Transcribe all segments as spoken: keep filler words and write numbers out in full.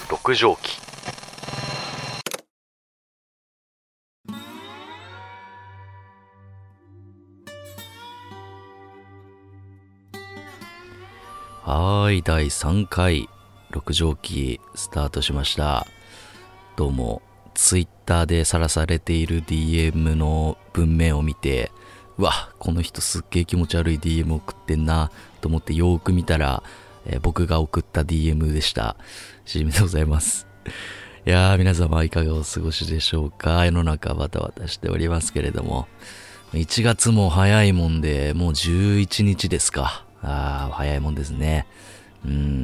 六畳紀。はーい、だいさんかい六畳紀スタートしました。どうも、ツイッターでさらされている ディーエム の文面を見て、うわ、この人すっげー気持ち悪い ディーエム 送ってんなと思ってよーく見たら、えー、僕が送った ディーエム でした。しじみでございます。いやー、皆様いかがお過ごしでしょうか。世の中バタバタしておりますけれども、いちがつも早いもんで、もうじゅういちにちですか。あー、早いもんですね。うん。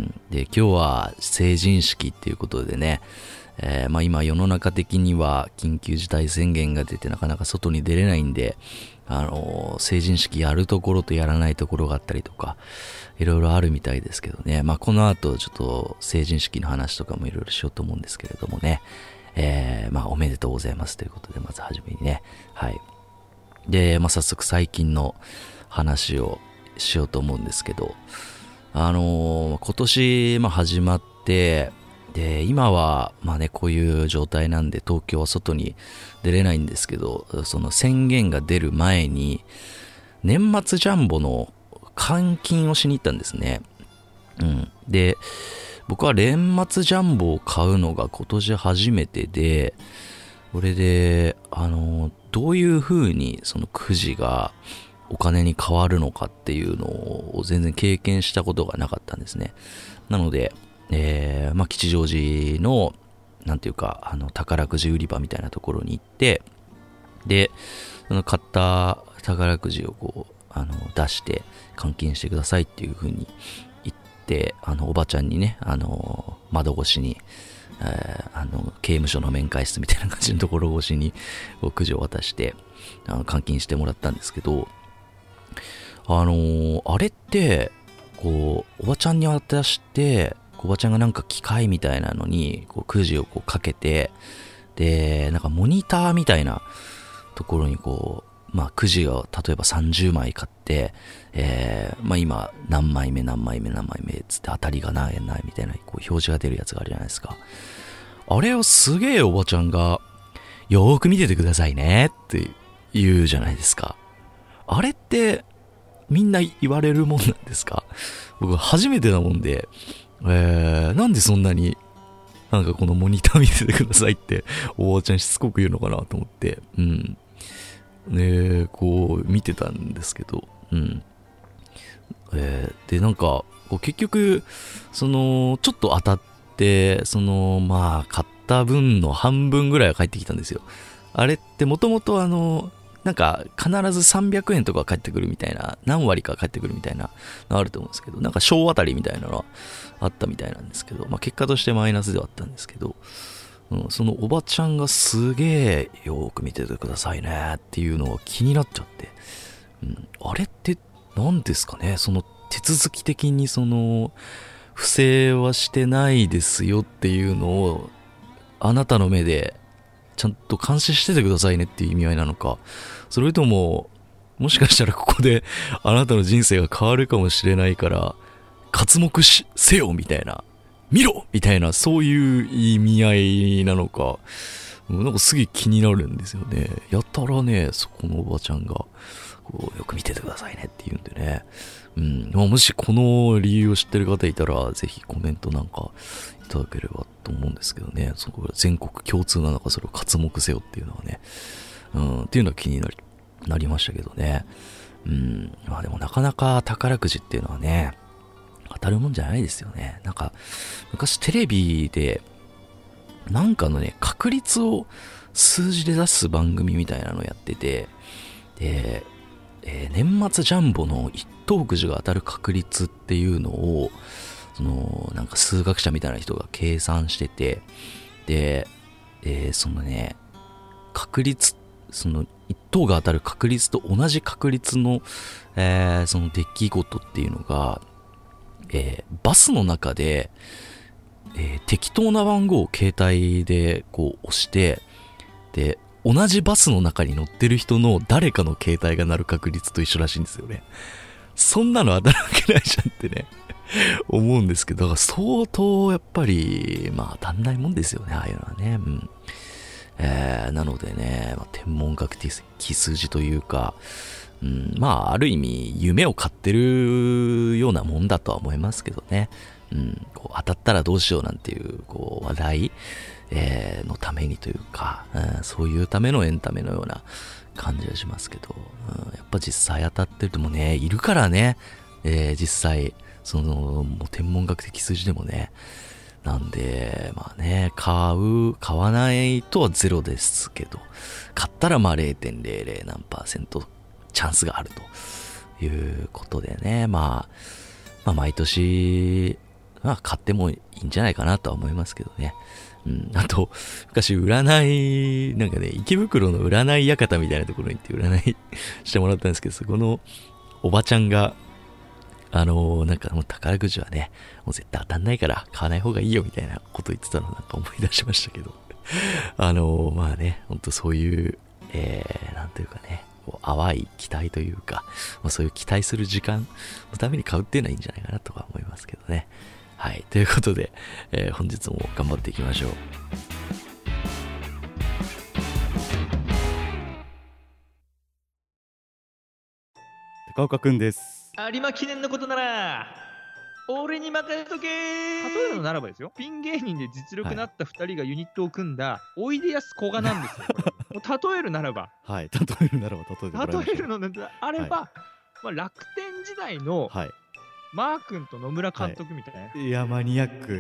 で、今日は成人式っていうことでね、えー、まあ今世の中的には緊急事態宣言が出てなかなか外に出れないんで、あのー、成人式やるところとやらないところがあったりとか、いろいろあるみたいですけどね。まあこの後ちょっと成人式の話とかもいろいろしようと思うんですけれどもね。えー、まあおめでとうございますということで、まずはじめにね。はい。で、まあ早速最近の話をしようと思うんですけど、あのー、今年、まあ始まって、で、今は、まあね、こういう状態なんで、東京は外に出れないんですけど、その宣言が出る前に、年末ジャンボの換金をしに行ったんですね。うん。で、僕は年末ジャンボを買うのが今年初めてで、これで、あの、どういう風にそのくじがお金に変わるのかっていうのを全然経験したことがなかったんですね。なので、えー、まあ、吉祥寺の、なんていうか、あの、宝くじ売り場みたいなところに行って、で、その買った宝くじをこう、あの、出して、換金してくださいっていう風に言って、あの、おばちゃんにね、あの、窓越しに、えー、あの、刑務所の面会室みたいな感じのところ越しに、くじを渡して、あの、換金してもらったんですけど、あのー、あれって、こう、おばちゃんに渡して、おばちゃんがなんか機械みたいなのにこうくじをこうかけて、でなんかモニターみたいなところにこう、まあくじを例えばさんじゅうまい買って、えー、まあ今何枚目何枚目何枚目つって当たりがないないみたいなこう表示が出るやつがあるじゃないですか。あれをすげえおばちゃんがよーく見ててくださいねって言うじゃないですか。あれってみんな言われるもんなんですか？僕初めてなもんで、えー、なんでそんなになんかこのモニター見ててくださいっておばあちゃんしつこく言うのかなと思って、うん。で、こう見てたんですけど、うん。えー、で、なんか、こう結局、その、ちょっと当たって、その、まあ、買った分の半分ぐらいは返ってきたんですよ。あれってもともとあの、なんか必ずさんびゃくえんとか返ってくるみたいな、何割か返ってくるみたいなのあると思うんですけど、なんか小当たりみたいなのはあったみたいなんですけど、まあ結果としてマイナスではあったんですけど、うん、そのおばちゃんがすげえよーく見ててくださいねっていうのが気になっちゃって、うん、あれって何ですかね、その手続き的にその不正はしてないですよっていうのをあなたの目でちゃんと監視しててくださいねっていう意味合いなのか、それとももしかしたらここであなたの人生が変わるかもしれないから刮目しせよみたいな、見ろみたいな、そういう意味合いなのか、なんかすげえ気になるんですよね。やたらね、そこのおばちゃんがこうよく見ててくださいねって言うんでね、うん、まあ、もしこの理由を知ってる方いたらぜひコメントなんかいただければと思うんですけどね。そこが全国共通なのか、それを刮目せよっていうのはね、うん、っていうのは気になりなりましたけどね。うん、まあでもなかなか宝くじっていうのはね、当たるもんじゃないですよね。なんか昔テレビでなんかのね、確率を数字で出す番組みたいなのをやってて、で、えー、年末ジャンボの一等くじが当たる確率っていうのを、そのなんか数学者みたいな人が計算してて、で、えー、そのね、確率、その一等が当たる確率と同じ確率の、えー、その出来事っていうのが、えー、バスの中で、えー、適当な番号を携帯でこう押して、で、同じバスの中に乗ってる人の誰かの携帯が鳴る確率と一緒らしいんですよね。そんなの当たるわけないじゃんってね。 思うんですけど、だから相当やっぱり、まあ当たんないもんですよね、ああいうのはね。うん。えー、なのでね、まあ、天文学的数字というか、うん、まあある意味夢を買ってるようなもんだとは思いますけどね。うん、こう当たったらどうしようなんていうこう話題、えー、のためにというか、うん、そういうためのエンタメのような感じがしますけど、うん、やっぱ実際当たってるともね、いるからね、えー、実際そのもう天文学的数字でもね、なんでまあね、買う買わないとはゼロですけど、買ったらまあ ゼロてんゼロゼロ 何パーセントチャンスがあるということでね、まあ、まあ毎年まあ買ってもいいんじゃないかなとは思いますけどね。うん、あと昔占いなんかね、池袋の占い館みたいなところに行って占いしてもらったんですけど、そこのおばちゃんがあのー、なんかもう宝くじはね、もう絶対当たんないから買わない方がいいよみたいなこと言ってたのをなんか思い出しましたけど、あのー、まあね、ほんとそういう、えー、なんていうかね、こう淡い期待というか、まあ、そういう期待する時間のために買うっていうのはいいんじゃないかなとは思いますけどね。はい、ということで、えー、本日も頑張っていきましょう。 高岡くんです。 有馬記念のことなら俺に任せとけ。例えるのならばですよ、ピン芸人で実力のあったふたりがユニットを組んだおいでやすこがなんですよ。もう例えるならば、 はい、例えるならば例えてもらいましょう。 例えるのであれば、はい、まあ、楽天時代の、はい、マー君と野村監督みたいな、はい、 いやマニアック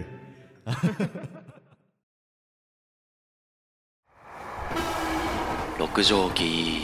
六畳紀。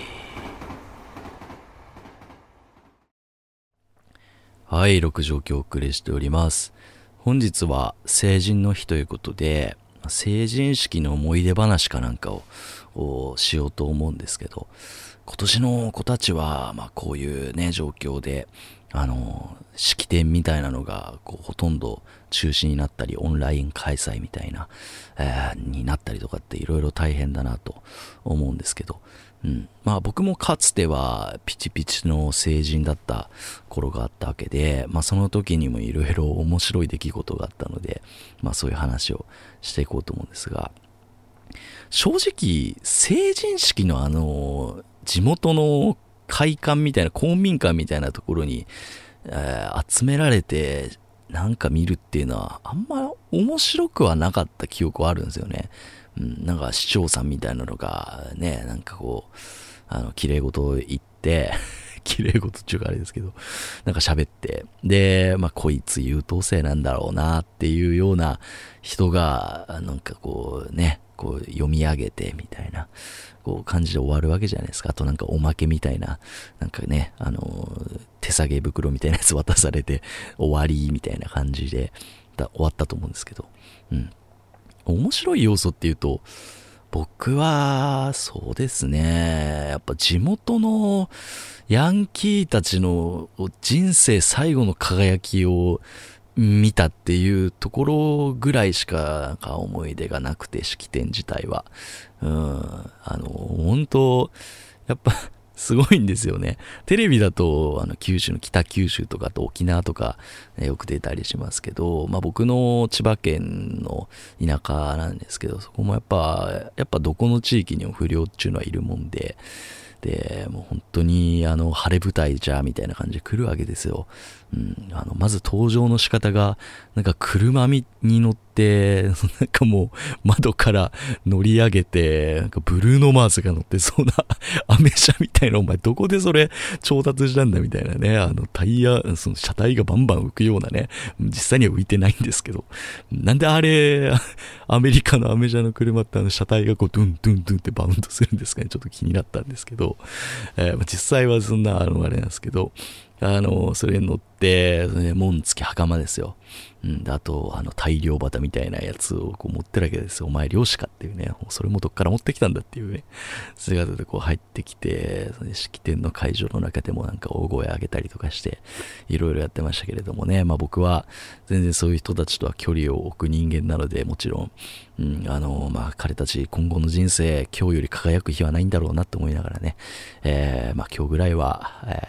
はい、六畳紀をお送りしております。本日は成人の日ということで、成人式の思い出話かなんかをしようと思うんですけど、今年の子たちは、まあこういうね、状況で、あの、式典みたいなのがこうほとんど中止になったり、オンライン開催みたいな、えー、になったりとかっていろいろ大変だなと思うんですけど、うん、まあ僕もかつてはピチピチの成人だった頃があったわけで、まあその時にもいろいろ面白い出来事があったので、まあそういう話をしていこうと思うんですが、正直成人式のあの地元の会館みたいな公民館みたいなところに、えー、集められてなんか見るっていうのはあんま面白くはなかった記憶はあるんですよね。うん、なんか市長さんみたいなのがね、なんかこうあの綺麗事を言って綺麗事っていうかあれですけど、なんか喋って、でまあこいつ優等生なんだろうなっていうような人がなんかこうね、こう読み上げてみたいなこう感じで終わるわけじゃないですか。あとなんかおまけみたいな、なんかね、あの手提げ袋みたいなやつ渡されて終わりみたいな感じでだ終わったと思うんですけど、うん、面白い要素っていうと、僕はそうですね、やっぱ地元のヤンキーたちの人生最後の輝きを見たっていうところぐらいしかなんか思い出がなくて、式典自体は、うん、あの本当やっぱすごいんですよね。テレビだとあの九州の北九州とかと沖縄とか、ね、よく出たりしますけど、まあ僕の千葉県の田舎なんですけど、そこもやっぱやっぱどこの地域にも不良っていうのはいるもんで、でもう本当にあの晴れ舞台じゃみたいな感じで来るわけですよ。うん、あのまず登場の仕方がなんか車に乗ってなんかもう窓から乗り上げて、なんかブルーノマーズが乗ってそうなアメ車みたいな、お前どこでそれ調達したんだみたいなね、あのタイヤ、その車体がバンバン浮くようなね、実際には浮いてないんですけど、なんであれアメリカのアメ車の車ってあの車体がこうドゥンドゥンドゥンってバウンドするんですかね、ちょっと気になったんですけど、えー、実際はそんなあのあれなんですけど、あのそれに乗って紋付き袴ですよ、うん、あとあの大漁旗みたいなやつをこう持ってるわけですよ。お前漁師かっていうね、それもどっから持ってきたんだっていうね姿でこう入ってきて、その式典の会場の中でもなんか大声上げたりとかしていろいろやってましたけれどもね、まあ僕は全然そういう人たちとは距離を置く人間なので、もちろん、うん、あのまあ彼たち今後の人生今日より輝く日はないんだろうなと思いながらね、えー、まあ今日ぐらいは、えー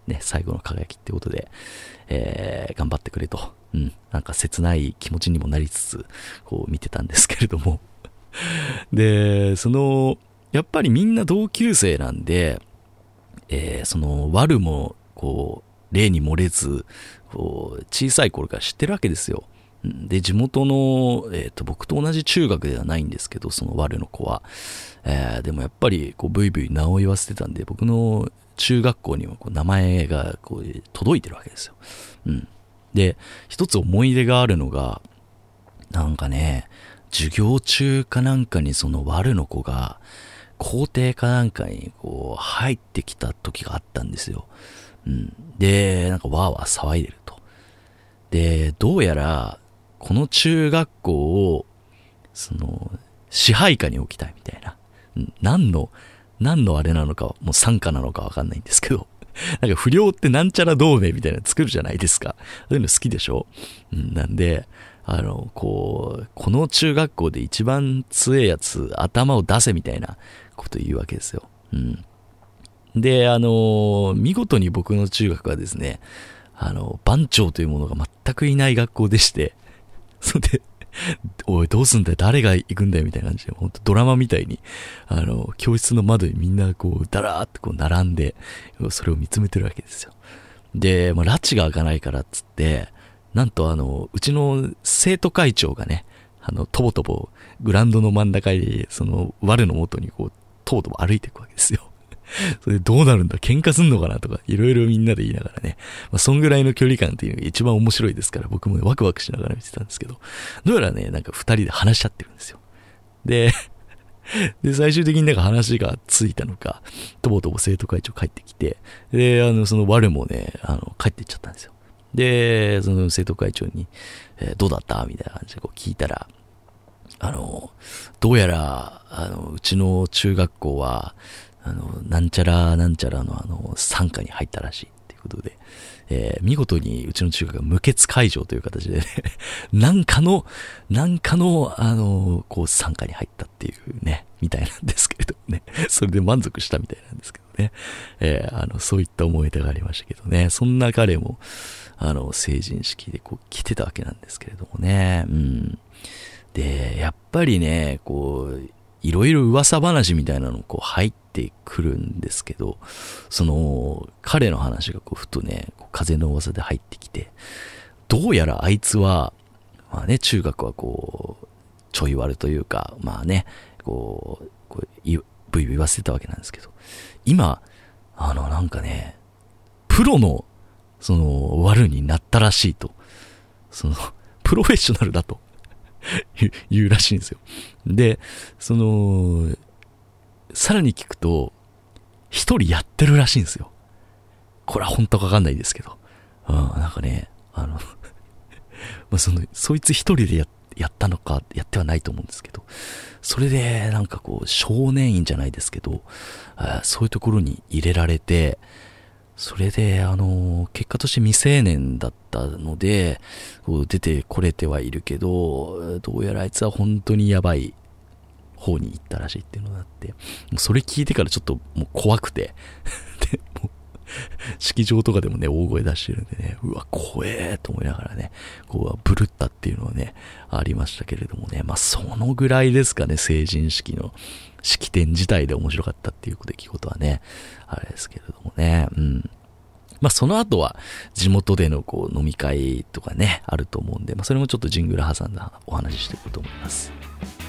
ね、最後の輝きってことで、えー、頑張ってくれと、うん、なんか切ない気持ちにもなりつつ、こう見てたんですけれども。で、その、やっぱりみんな同級生なんで、えー、その、悪も、こう、例に漏れず、こう、小さい頃から知ってるわけですよ。で、地元の、えっと、僕と同じ中学ではないんですけど、その悪の子は。えー、でもやっぱり、こう、ブイブイ名を言わせてたんで、僕の中学校にはこう名前が、こう、届いてるわけですよ。うん。で、一つ思い出があるのが、なんかね、授業中かなんかにその悪の子が、校庭かなんかにこう、入ってきた時があったんですよ。うん。で、なんかわーわー騒いでると。で、どうやら、この中学校を、その、支配下に置きたいみたいな。うん、何の、何のあれなのか、もう傘下なのかわかんないんですけど、なんか不良ってなんちゃら同盟みたいなの作るじゃないですか。そういうの好きでしょ？うん、なんで、あの、こう、この中学校で一番強いやつ、頭を出せみたいなこと言うわけですよ。うん。で、あの、見事に僕の中学はですね、あの、番長というものが全くいない学校でして、それで、おい、どうすんだよ、誰が行くんだよ、みたいな感じで、ほんとドラマみたいに、あの、教室の窓にみんなこう、だらーってこう、並んで、それを見つめてるわけですよ。で、まあ、拉致が開かないからっつって、なんとあの、うちの生徒会長がね、あの、とぼとぼ、グラウンドの真ん中に、その、我の元にこう、とぼとぼ歩いていくわけですよ。それでどうなるんだ、喧嘩すんのかなとか、いろいろみんなで言いながらね、まあ、そんぐらいの距離感っていうのが一番面白いですから、僕も、ね、ワクワクしながら見てたんですけど、どうやらね、なんか二人で話し合ってるんですよ。で、で、最終的になんか話がついたのか、とぼとぼ生徒会長帰ってきて、で、あの、その我もね、あの、帰っていっちゃったんですよ。で、その生徒会長に、えー、どうだったみたいな感じでこう聞いたら、あの、どうやら、あの、うちの中学校は、あの、なんちゃらなんちゃらのあの、傘下に入ったらしいっていうことで、えー、見事にうちの中学が無血開城という形でね、なんかの、なんかの、あの、こう、傘下に入ったっていうね、みたいなんですけれどもね、それで満足したみたいなんですけどね、えー、あの、そういった思い出がありましたけどね、そんな彼も、あの、成人式でこう、来てたわけなんですけれどもね、うん。で、やっぱりね、こう、いろいろ噂話みたいなのこう入ってくるんですけど、その彼の話がこうふとね、風の噂で入ってきて、どうやらあいつは、まあね、中学はこう、ちょい悪というか、まあね、こう、こうブイブイ言わせてたわけなんですけど、今、あのなんかね、プロの、その悪になったらしいと、その、プロフェッショナルだと。言うらしいんですよ。で、その、さらに聞くと、一人やってるらしいんですよ。これは本当かわかんないですけど。うん、なんかね、あの、まあ、その、そいつ一人でや、やったのか、やってはないと思うんですけど、それで、なんかこう、少年院じゃないですけど、あそういうところに入れられて、それで、あの、結果として未成年だったので、こう出てこれてはいるけど、どうやらあいつは本当にやばい方に行ったらしいっていうのがあって、もうそれ聞いてからちょっともう怖くて、で、もう、式場とかでもね、大声出してるんでね、うわ、怖えと思いながらね、こう、ブルったっていうのはね、ありましたけれどもね、まあ、そのぐらいですかね、成人式の式典自体で面白かったっていう出来事はね、あれですけれどもね、うん。まあ、その後は地元でのこう飲み会とかね、あると思うんで、まあ、それもちょっとジングル挟んだお話ししていこうと思います。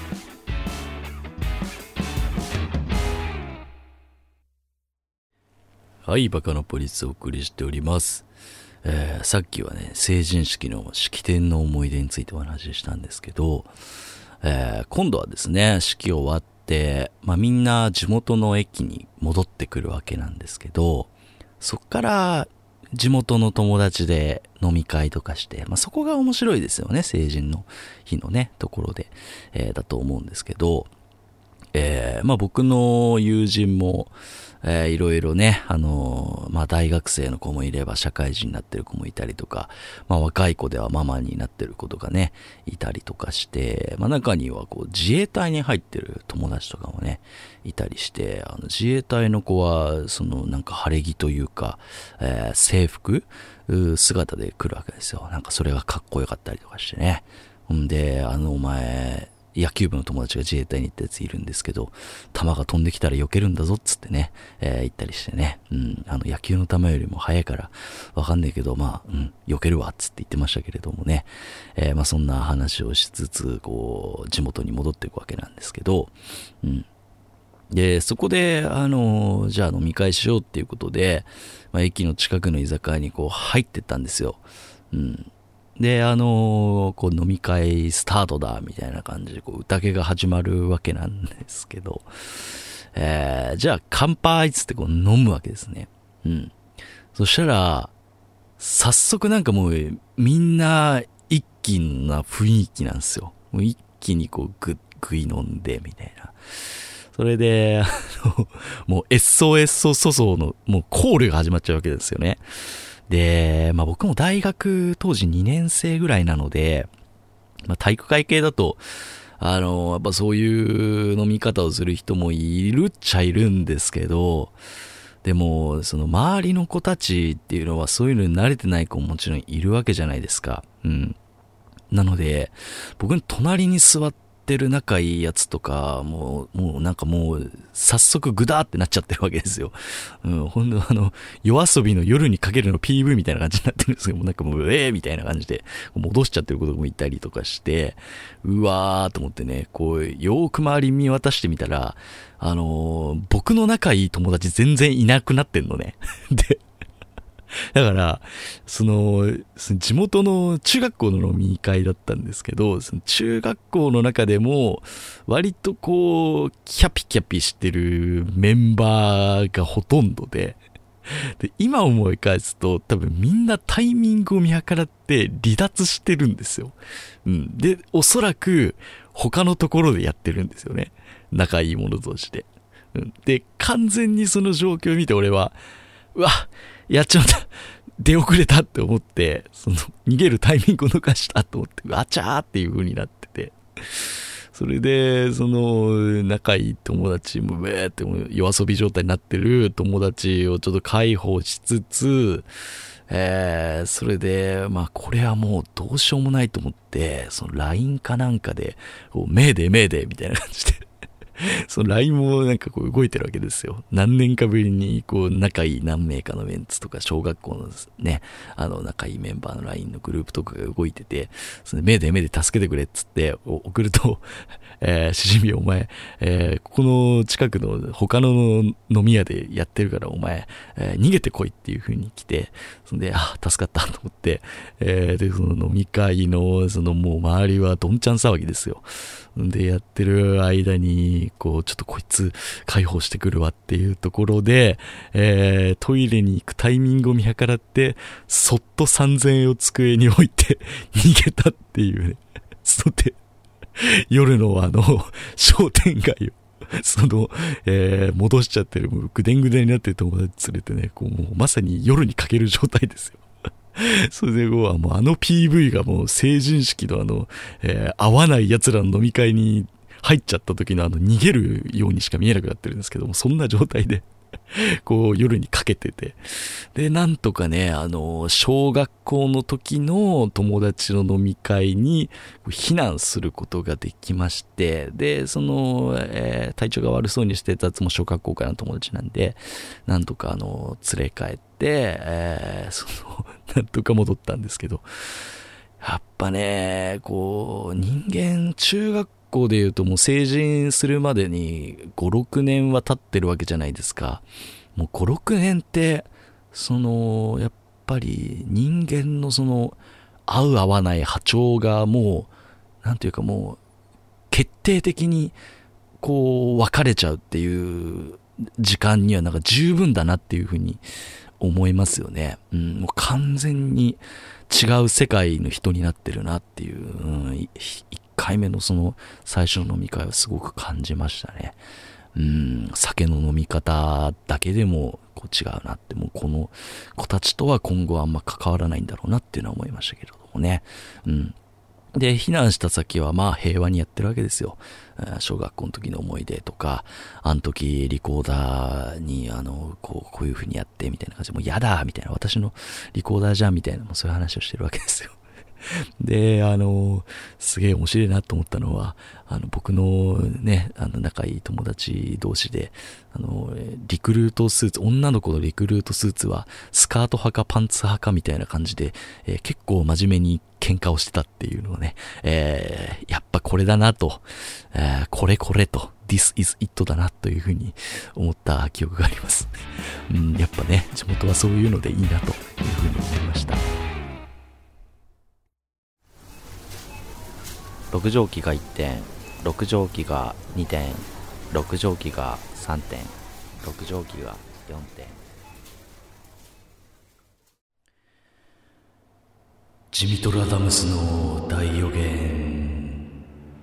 はい、バカのポリスをお送りしております。えー、さっきはね、成人式の式典の思い出についてお話ししたんですけど、えー、今度はですね、式終わって、まあ、みんな地元の駅に戻ってくるわけなんですけど、そっから地元の友達で飲み会とかして、まあ、そこが面白いですよね、成人の日のね、ところで、えー、だと思うんですけど、 えー、まあ僕の友人も、えー、いろいろね、あのー、まあ大学生の子もいれば社会人になってる子もいたりとか、まあ若い子ではママになってる子とかね、いたりとかして、まあ中にはこう自衛隊に入ってる友達とかもね、いたりして、あの自衛隊の子は、そのなんか晴れ着というか、えー、制服姿で来るわけですよ。なんかそれがかっこよかったりとかしてね。ほんで、あのお前、野球部の友達が自衛隊に行ったやついるんですけど、球が飛んできたら避けるんだぞっつってね、えー、言ったりしてね、うん、あの野球の球よりも速いからわかんないけど、まあ、うん、避けるわっつって言ってましたけれどもね、えー、まあそんな話をしつつ、こう、地元に戻っていくわけなんですけど、うん。で、そこで、あの、じゃあ飲み会しようっていうことで、まあ駅の近くの居酒屋にこう入ってったんですよ。うん。で、あのー、こう飲み会スタートだみたいな感じでこう宴が始まるわけなんですけど、えー、じゃあ乾杯っつってこう飲むわけですね。うん。そしたら、早速なんかもうみんな一気な雰囲気なんですよ。もう一気にこうぐっぐい飲んでみたいな。それで、あの、もう エスオーエス 粗相のもうコールが始まっちゃうわけですよね。で、まあ僕も大学当時にねん生ぐらいなので、まあ体育会系だと、あの、やっぱそういう飲み方をする人もいるっちゃいるんですけど、でも、その周りの子たちっていうのはそういうのに慣れてない子ももちろんいるわけじゃないですか。うん。なので、僕の隣に座ってる仲いいやつとか、もう、もうなんかもう、早速グダーってなっちゃってるわけですよ。うん、ほんとあの、夜遊びの夜にかけるの ピーブイ みたいな感じになってるんですけども、なんかもう、えーみたいな感じで、戻しちゃってることもいたりとかして、うわーと思ってね、こう、よーく周り見渡してみたら、あのー、僕の仲いい友達全然いなくなってんのね。で、だから、その、その地元の中学校の飲み会だったんですけど、その中学校の中でも、割とこう、キャピキャピしてるメンバーがほとんどで、で、今思い返すと、多分みんなタイミングを見計らって離脱してるんですよ。うん。で、おそらく、他のところでやってるんですよね。仲いい者同士で。うん。で、完全にその状況を見て俺は、うわ、やっちまった。出遅れたって思って、その、逃げるタイミングを逃したと思って、あちゃーっていう風になってて。それで、その、仲いい友達も、べーって夜遊び状態になってる友達をちょっと解放しつつ、えー、それで、まあ、これはもうどうしようもないと思って、その ライン かなんかで、メーデーメーデーみたいな感じで、その ライン もなんかこう動いてるわけですよ。何年かぶりにこう仲いい何名かのメンツとか小学校のね、あの仲いいメンバーの ライン のグループとかが動いてて、その目で目で助けてくれっつって送ると、えー、しじみお前、えー、ここの近くの他の飲み屋でやってるからお前、えー、逃げてこいっていう風に来て、そんで、あ、助かったと思って、えー、で、その飲み会の、そのもう周りはどんちゃん騒ぎですよ。で、やってる間に、こう、ちょっとこいつ解放してくるわっていうところで、えー、トイレに行くタイミングを見計らって、そっとさんぜんえんを机に置いて逃げたっていうね。そで、夜のあの、商店街を、その、えー、戻しちゃってる、もうぐでんぐでんになってる友達連れてね、こう、もうまさに夜にかける状態ですよ。それでもう、もうあの ピーブイ がもう成人式のあの、えー、合わない奴らの飲み会に入っちゃった時のあの逃げるようにしか見えなくなってるんですけども、そんな状態でこう夜にかけてて、でなんとかね、あの小学校の時の友達の飲み会に避難することができまして、でその、えー、体調が悪そうにしてたやつも小学校からの友達なんで、なんとかあの連れ帰って、えー、そのなんとか戻ったんですけど、やっぱね、こう人間中学校でいうともう成人するまでにご、ろくねんは経ってるわけじゃないですか。もうご、ろくねんってそのやっぱり人間のその合う合わない波長がもうなんていうかもう決定的にこう分かれちゃうっていう時間にはなんか十分だなっていうふうに思いますよね。うん、もう完全に違う世界の人になってるなっていう、うん、一回回目のその最初の飲み会はすごく感じましたね。うん、酒の飲み方だけでもこう違うなって、もうこの子たちとは今後あんま関わらないんだろうなっていうのは思いましたけれどもね。うん。で、避難した先はまあ平和にやってるわけですよ。小学校の時の思い出とか、あの時リコーダーにあの、こう、こういう風にやってみたいな感じで、もうやだみたいな、私のリコーダーじゃんみたいな、もうそういう話をしてるわけですよ。で、あの、すげえ面白いなと思ったのは、あの、僕のね、あの、仲いい友達同士で、あの、リクルートスーツ、女の子のリクルートスーツは、スカート派かパンツ派かみたいな感じで、えー、結構真面目に喧嘩をしてたっていうのをね、えー、やっぱこれだなと、えー、これこれと、This is it だなというふうに思った記憶があります。うん、やっぱね、地元はそういうのでいいなというふうに思いました。ろくじょうきがいってん、ろくじょうきがにてん、ろくじょうきがさんてん、ろくじょうきがよんてん。ジミトル・アダムスの大予言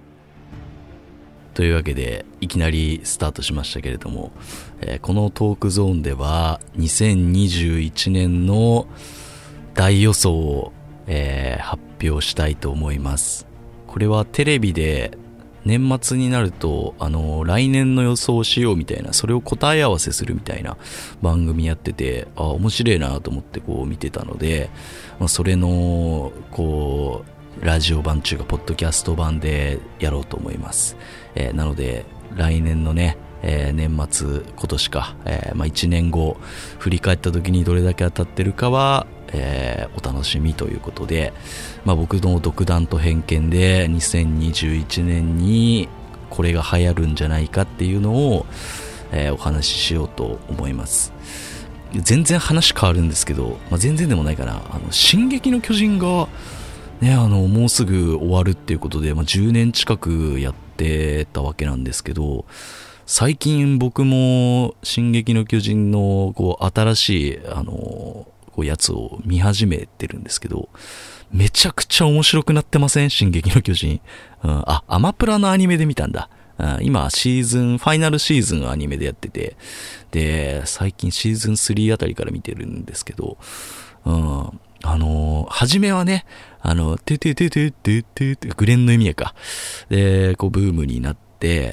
というわけでいきなりスタートしましたけれども、えー、このトークゾーンではにせんにじゅういちねんの大予想を、えー、発表したいと思います。これはテレビで年末になるとあの来年の予想をしようみたいな、それを答え合わせするみたいな番組やってて、あ面白いなと思ってこう見てたので、まあ、それのこうラジオ版中がポッドキャスト版でやろうと思います。えー、なので来年のね、えー、年末今年か、えー、まあいちねんご振り返った時にどれだけ当たってるかはえー、お楽しみということで、まあ、僕の独断と偏見でにせんにじゅういちねんにこれが流行るんじゃないかっていうのを、えー、お話ししようと思います。全然話変わるんですけど、まあ、全然でもないかな。あの進撃の巨人がね、あのもうすぐ終わるっていうことで、まあ、じゅうねん近くやってたわけなんですけど、最近僕も進撃の巨人のこう新しいあのこうやつを見始めてるんですけど、めちゃくちゃ面白くなってません？進撃の巨人。うん、あ、アマプラのアニメで見たんだ。うん、今シーズン、ファイナルシーズンアニメでやってて、で、最近シーズンスリーあたりから見てるんですけど、うん、あのー、初めはね、あの、ててててててて、グレンの弓矢か。で、こうブームになって、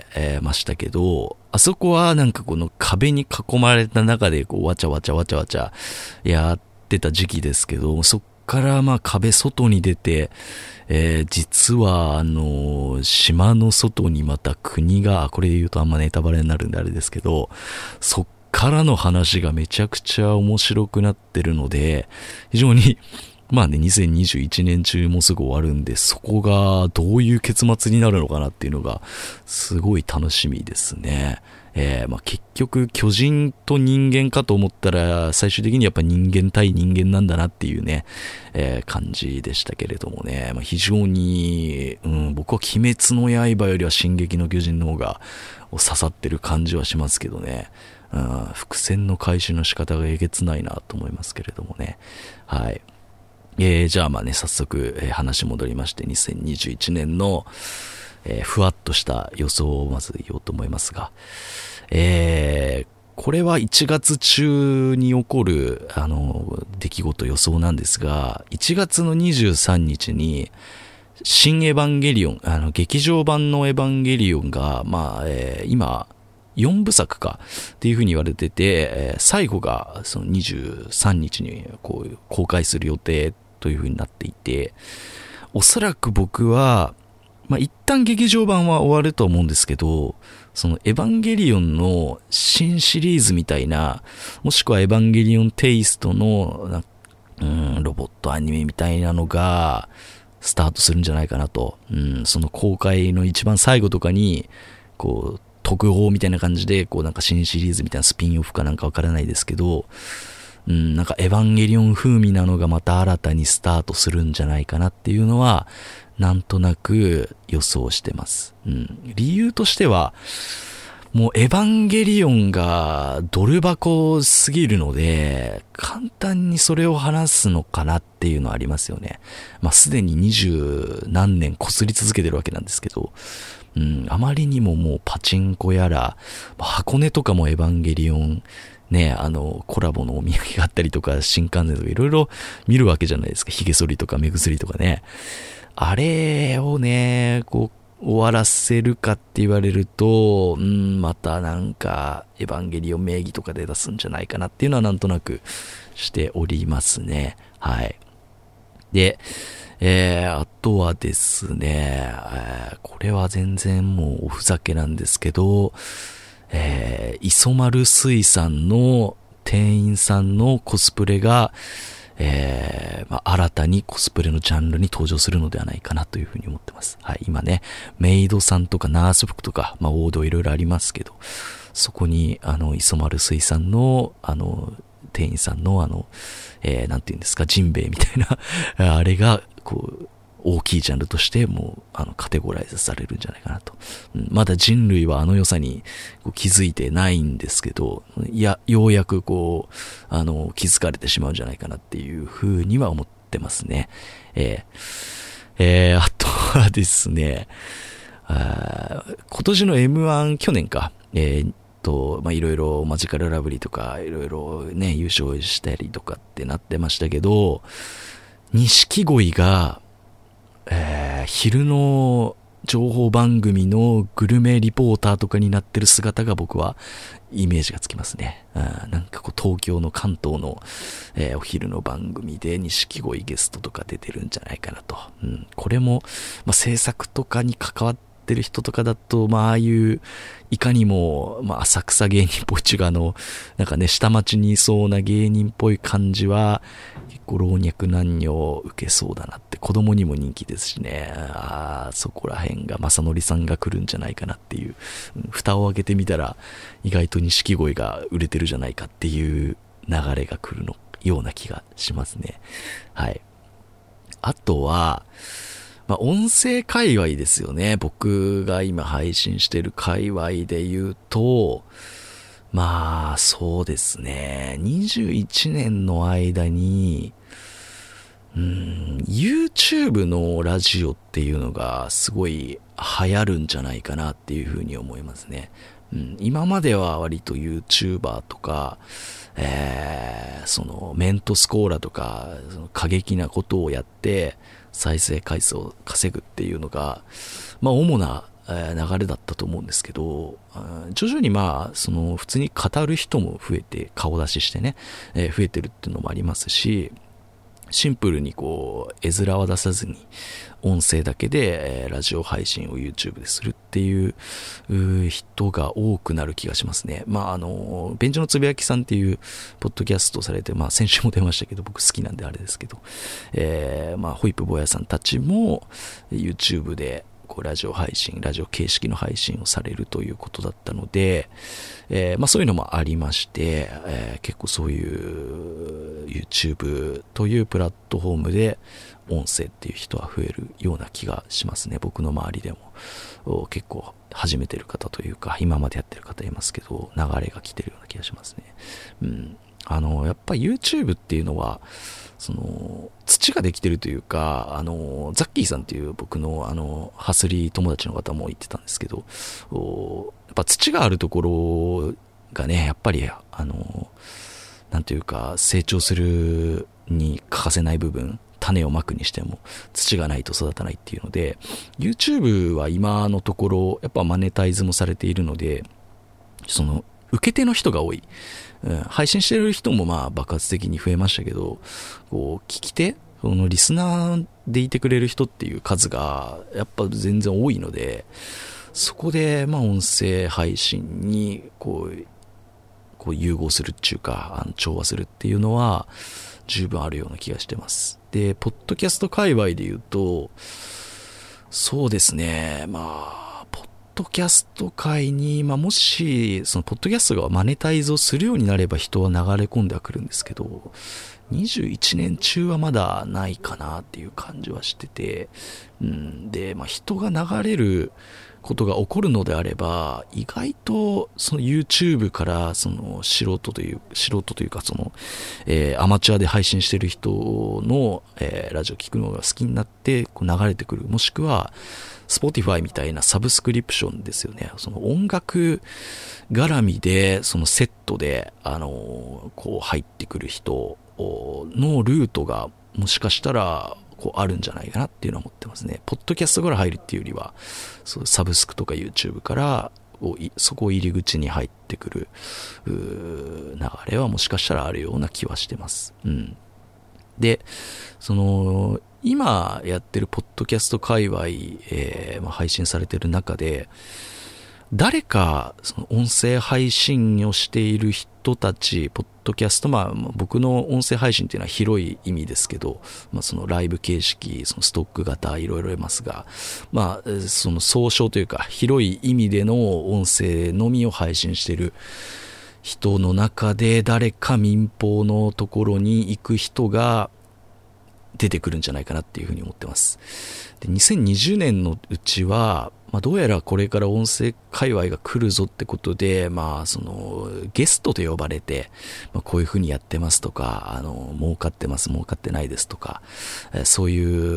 えー、ましたけど、あそこはなんかこの壁に囲まれた中でこうわちゃわちゃわちゃわちゃやってた時期ですけど、そっからまあ壁外に出て、えー、実はあの島の外にまた国が、これで言うとあんまネタバレになるんであれですけど、そっからの話がめちゃくちゃ面白くなってるので、非常にまあね、にせんにじゅういちねん中もすぐ終わるんで、そこがどういう結末になるのかなっていうのがすごい楽しみですね。えー、まあ結局巨人と人間かと思ったら最終的にやっぱ人間対人間なんだなっていうね、えー、感じでしたけれどもね、まあ、非常に、うん、僕は鬼滅の刃よりは進撃の巨人の方が刺さってる感じはしますけどね、うん、伏線の回収の仕方がえげつないなと思いますけれどもね。はい。えー、じゃあまあね、早速、えー、話戻りましてにせんにじゅういちねんの、えー、ふわっとした予想をまず言おうと思いますが、えー、これはいちがつ中に起こるあの出来事予想なんですが、いちがつのにじゅうさんにちに新エヴァンゲリオン、あの劇場版のエヴァンゲリオンがまあ、えー、今よんぶさくかっていう風に言われてて、えー、最後がそのにじゅうさんにちにこう公開する予定という風になっていて、おそらく僕はまあ一旦劇場版は終わると思うんですけど、そのエヴァンゲリオンの新シリーズみたいな、もしくはエヴァンゲリオンテイストのうん、ロボットアニメみたいなのがスタートするんじゃないかなと。うん、その公開の一番最後とかにこう特報みたいな感じでこうなんか新シリーズみたいなスピンオフかなんかわからないですけど、うん、なんかエヴァンゲリオン風味なのがまた新たにスタートするんじゃないかなっていうのはなんとなく予想してます。うん、理由としては、 もうエヴァンゲリオンがドル箱すぎるので、簡単にそれを話すのかなっていうのはありますよね。まあすでに二十何年こすり続けてるわけなんですけど、うん、あまりにももうパチンコやら、箱根とかもエヴァンゲリオン、ね、あの、コラボのお土産があったりとか、新幹線とかいろいろ見るわけじゃないですか。髭剃りとか目薬とかね。あれをね、こう、終わらせるかって言われると、うん、またなんか、エヴァンゲリオン名義とかで出すんじゃないかなっていうのはなんとなくしておりますね。はい。で、えー、あとはですね、えー、これは全然もうおふざけなんですけど、えー、磯丸水産の店員さんのコスプレが、えーまあ、新たにコスプレのジャンルに登場するのではないかなというふうに思ってます。はい、今ね、メイドさんとかナース服とか、まあ、王道いろいろありますけど、そこに、あの、磯丸水産の、あの、店員さんの、あの、えー、なんていうんですか、ジンベエみたいな、あれが、こう、大きいジャンルとしてもうあのカテゴライズされるんじゃないかなと、うん、まだ人類はあの良さにこう気づいてないんですけど、いやようやくこうあの気づかれてしまうんじゃないかなっていうふうには思ってますね。えー、えー、あとはですね、あ今年の エムワン 去年か、えーとまあいろいろマジカルラブリーとかいろいろね優勝したりとかってなってましたけど、錦鯉がえー、昼の情報番組のグルメリポーターとかになってる姿が僕はイメージがつきますね。あなんかこう東京の関東の、えー、お昼の番組で錦鯉ゲストとか出てるんじゃないかなと。うん、これも、まあ、制作とかに関わってる人とかだと、まあ、ああいういかにも、まあ、浅草芸人っぽいちゅうか、あの、なんかね、下町にいそうな芸人っぽい感じは、結構老若男女受けそうだなって、子供にも人気ですしね、あそこら辺が正則さんが来るんじゃないかなっていう、うん、蓋を開けてみたら、意外と錦鯉が売れてるじゃないかっていう流れが来るのような気がしますね。はい。あとは、まあ、音声界隈ですよね。僕が今配信してる界隈で言うと、まあ、そうですね。にじゅういちねんの間に、うん、YouTube のラジオっていうのがすごい流行るんじゃないかなっていうふうに思いますね。うん、今までは割と YouTuber とか、えー、そのメントスコーラとか、その過激なことをやって、再生回数を稼ぐっていうのが、まあ主な流れだったと思うんですけど、徐々にまあその普通に語る人も増えて、顔出ししてね、えー、増えてるっていうのもありますし、シンプルにこう絵面は出さずに音声だけでラジオ配信を YouTube でするっていう人が多くなる気がしますね。まああの便所のつぶやきさんっていうポッドキャストされて、まあ先週も出ましたけど僕好きなんであれですけど、えー、まあホイップ坊やさんたちも YouTube でこうラジオ配信、ラジオ形式の配信をされるということだったので、えー、まあそういうのもありまして、えー、結構そういう YouTube というプラットフォームで音声っていう人は増えるような気がしますね。僕の周りでも結構始めてる方というか今までやってる方いますけど、流れが来てるような気がしますね。うん、あのやっぱ YouTube っていうのはその土ができてるというか、あのザッキーさんっていう僕のあのハスリー友達の方も言ってたんですけど、やっぱ土があるところがね、やっぱりあのなんていうか成長するに欠かせない部分、種をまくにしても土がないと育たないっていうので、 YouTube は今のところやっぱマネタイズもされているので、その受け手の人が多い、うん、配信してる人もまあ爆発的に増えましたけど、こう聞き手、そのリスナーでいてくれる人っていう数がやっぱ全然多いので、そこでまあ音声配信にこうこう融合するっていうか、あの調和するっていうのは十分あるような気がしてます。で、ポッドキャスト界隈で言うと、そうですね、まあポッドキャスト界に、まあ、もしそのポッドキャストがマネタイズをするようになれば人は流れ込んではくるんですけど、 にじゅういちねん中はまだないかなっていう感じはしてて、うん、で、まあ、人が流れることが起こるのであれば、意外とその YouTube からその素人という素人というかその、えー、アマチュアで配信してる人の、えー、ラジオ聞くのが好きになってこう流れてくる、もしくは Spotify みたいなサブスクリプションですよね。その音楽絡みでそのセットであのー、こう入ってくる人のルートがもしかしたらこうあるんじゃないかなっていうのは思ってますね。ポッドキャストから入るっていうよりは、そうサブスクとか YouTube からそこを入り口に入ってくる流れはもしかしたらあるような気はしてます。うん。で、その今やってるポッドキャスト界隈、えーまあ、配信されてる中で、誰かその音声配信をしている人たち、ポッドキャスト、まあ僕の音声配信っていうのは広い意味ですけど、まあそのライブ形式、そのストック型いろいろいますが、まあその総称というか広い意味での音声のみを配信している人の中で、誰か民放のところに行く人が出てくるんじゃないかなっていうふうに思ってます。で、にせんにじゅうねんのうちは、まあ、どうやらこれから音声界隈が来るぞってことで、まあ、その、ゲストと呼ばれて、まあ、こういうふうにやってますとか、あの、儲かってます、儲かってないですとか、えー、そういう、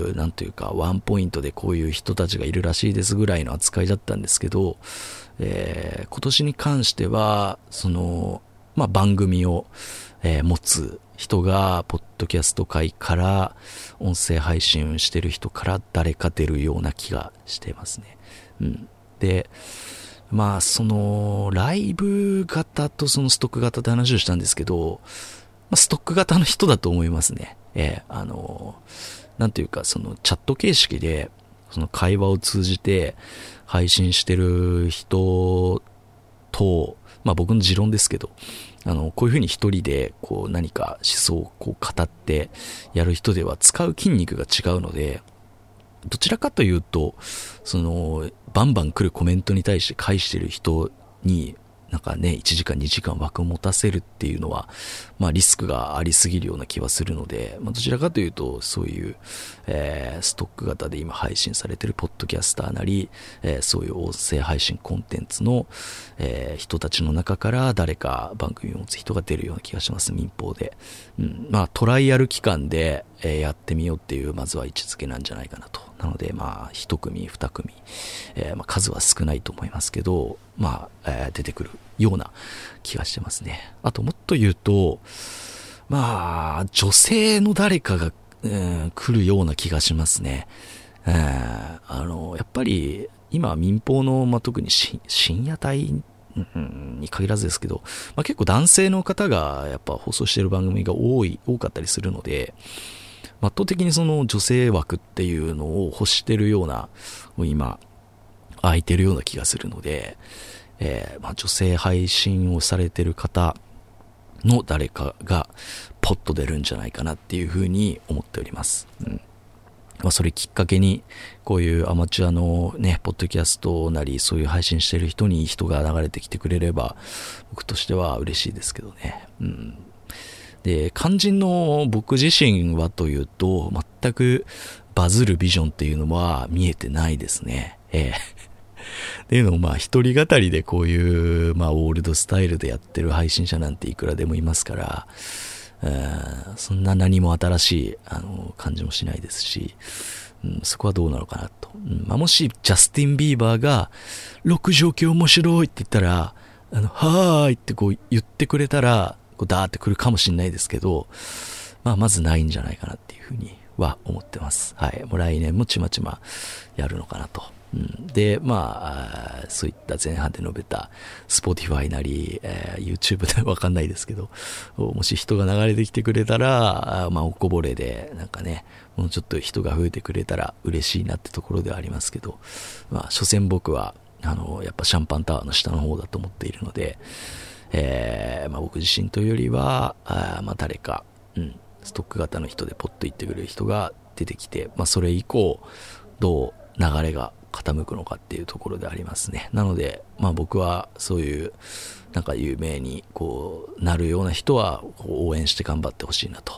なんというか、ワンポイントでこういう人たちがいるらしいですぐらいの扱いだったんですけど、えー、今年に関しては、その、まあ、番組を、えー、持つ人が、ポッドキャスト界から、音声配信してる人から誰か出るような気がしてますね。うん。で、まあ、その、ライブ型とそのストック型って話をしたんですけど、まあ、ストック型の人だと思いますね。えー、あの、なんていうか、その、チャット形式で、その会話を通じて配信してる人と、まあ僕の持論ですけど、あの、こういうふうに一人で、こう何か思想をこう語ってやる人では使う筋肉が違うので、どちらかというと、その、バンバン来るコメントに対して返してる人に、なんかね、いちじかんにじかん枠を持たせるっていうのは、まあリスクがありすぎるような気はするので、まあどちらかというと、そういう、えー、ストック型で今配信されてるポッドキャスターなり、えー、そういう音声配信コンテンツの、えー、人たちの中から誰か番組を持つ人が出るような気がします、民放で。うん、まあトライアル期間で、えー、やってみようっていう、まずは位置づけなんじゃないかなと。なので、まあ、一組、二組、えー、まあ、数は少ないと思いますけど、まあ、えー、出てくるような気がしてますね。あと、もっと言うと、まあ、女性の誰かが、えー、来るような気がしますね。えー、あの、やっぱり、今、民放の、まあ、特にし深夜帯に限らずですけど、まあ、結構男性の方が、やっぱ放送している番組が多い、多かったりするので、圧倒的にその女性枠っていうのを欲してるような、今、空いてるような気がするので、えー、まあ女性配信をされてる方の誰かがポッと出るんじゃないかなっていうふうに思っております。うん。まあそれきっかけに、こういうアマチュアのね、ポッドキャストなり、そういう配信してる人に人が流れてきてくれれば、僕としては嬉しいですけどね。うん。で、肝心の僕自身はというと、全くバズるビジョンっていうのは見えてないですね。ええ。っていうのも、まあ、一人語りでこういう、まあ、オールドスタイルでやってる配信者なんていくらでもいますから、えー、そんな何も新しい、あの、感じもしないですし、うん、そこはどうなのかなと。うんまあ、もし、ジャスティン・ビーバーが、六条家面白いって言ったら、あの、はーいってこう言ってくれたら、こうダーってくるかもしれないですけど、まあ、まずないんじゃないかなっていうふうには思ってます。はい。もう来年もちまちまやるのかなと。うん、で、まあ、そういった前半で述べた、Spotify なり、えー、YouTube でわかんないですけど、もし人が流れてきてくれたら、まあ、おこぼれで、なんかね、もうちょっと人が増えてくれたら嬉しいなってところではありますけど、まあ、所詮僕は、あの、やっぱシャンパンタワーの下の方だと思っているので、えー、まあ僕自身というよりは、あまあ誰か、うん、ストック型の人でポッと行ってくれる人が出てきて、まあそれ以降、どう流れが傾くのかっていうところでありますね。なので、まあ僕はそういう、なんか有名にこうなるような人はこう応援して頑張ってほしいなと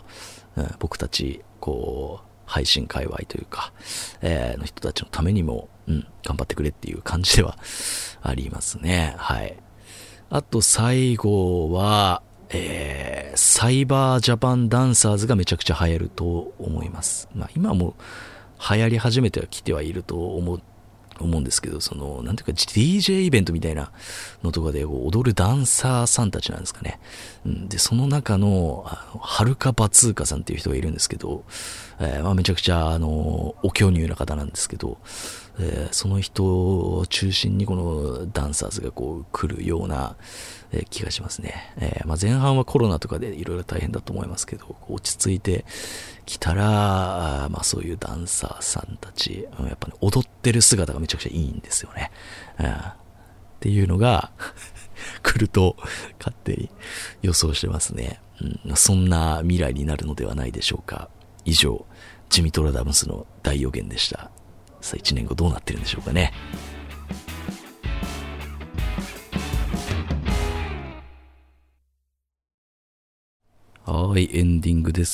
うん、僕たちこう配信界隈というか、えー、の人たちのためにも、うん、頑張ってくれっていう感じではありますね。はい。あと最後は、えー、サイバージャパンダンサーズがめちゃくちゃ流行ると思います。まあ今も流行り始めてはきてはいると思う思うんですけど、その、なんていうか、ディージェー イベントみたいなのとかで踊るダンサーさんたちなんですかね。うん、で、その中の、あのはるかバツーカさんっていう人がいるんですけど、えー、まあめちゃくちゃ、あの、お巨乳な方なんですけど、えー、その人を中心にこのダンサーズがこう来るような、えー、気がしますね。えー、まあ前半はコロナとかでいろいろ大変だと思いますけど、落ち着いてきたら、まあそういうダンサーさんたち、やっぱね、踊ってる姿がめちゃくちゃいいんですよね。うん、っていうのが来ると勝手に予想してますね。うん、そんな未来になるのではないでしょうか。以上、ジミトラダムスの大予言でした。さあいちねんごどうなってるんでしょうかね。はい、エンディングです。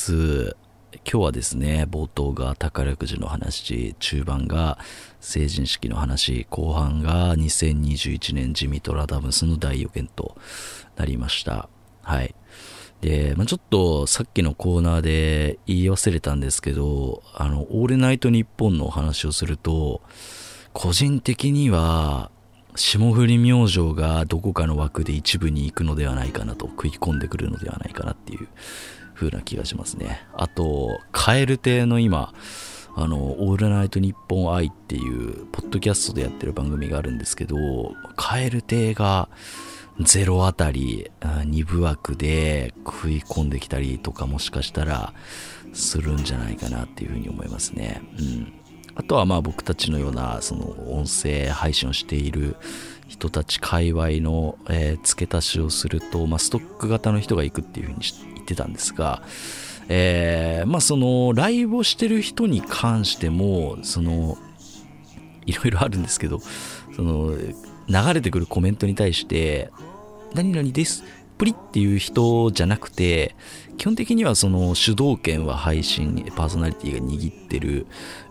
今日はですね、冒頭が宝くじの話、中盤が成人式の話、後半がにせんにじゅういちねんジミトラダムスの大予言となりました。はい。で、まあ、ちょっとさっきのコーナーで言い忘れたんですけど、あの、オールナイトニッポンのお話をすると、個人的には、霜降り明星がどこかの枠で一部に行くのではないかなと、食い込んでくるのではないかなっていう風な気がしますね。あと、蛙亭の今、あの、オールナイトニッポン愛っていう、ポッドキャストでやってる番組があるんですけど、蛙亭がゼロあたり、にぶ枠で食い込んできたりとかもしかしたらするんじゃないかなっていう風に思いますね。うん。あとはまあ僕たちのようなその音声配信をしている人たち界隈の、えー、付け足しをすると、まあ、ストック型の人が行くっていうふうに言ってたんですが、えー、まあそのライブをしてる人に関してもそのいろいろあるんですけど、その流れてくるコメントに対して何々ですプリっていう人じゃなくて、基本的にはその主導権は配信パーソナリティが握ってる、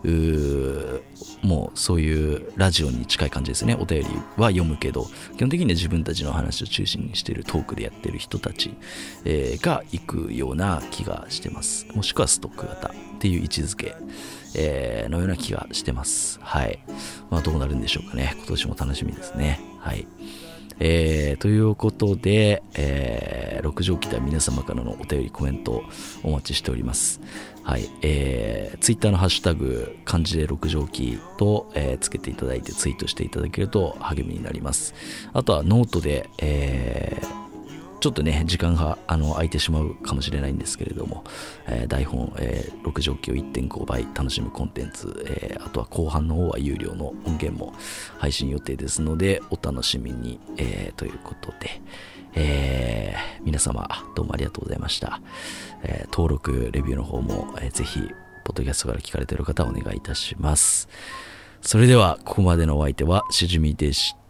もうそういうラジオに近い感じですね。お便りは読むけど基本的には自分たちの話を中心にしているトークでやってる人たち、えー、が行くような気がしてます。もしくはストック型っていう位置づけ、えー、のような気がしてます。はい。まあどうなるんでしょうかね。今年も楽しみですね。はい。えー、ということで、えー、六条期では皆様からのお便りコメントお待ちしております。はい、えー、ツイッターのハッシュタグ漢字で六条期と、えー、つけていただいてツイートしていただけると励みになります。あとはノートで、えーちょっとね時間があの空いてしまうかもしれないんですけれども、えー、台本、えー、六条期を いってんご 倍楽しむコンテンツ、えー、あとは後半の方は有料の音源も配信予定ですのでお楽しみに、えー、ということで、えー、皆様どうもありがとうございました。えー、登録レビューの方も、えー、ぜひポッドキャストから聞かれている方はお願いいたします。それではここまでのお相手はしじみでした。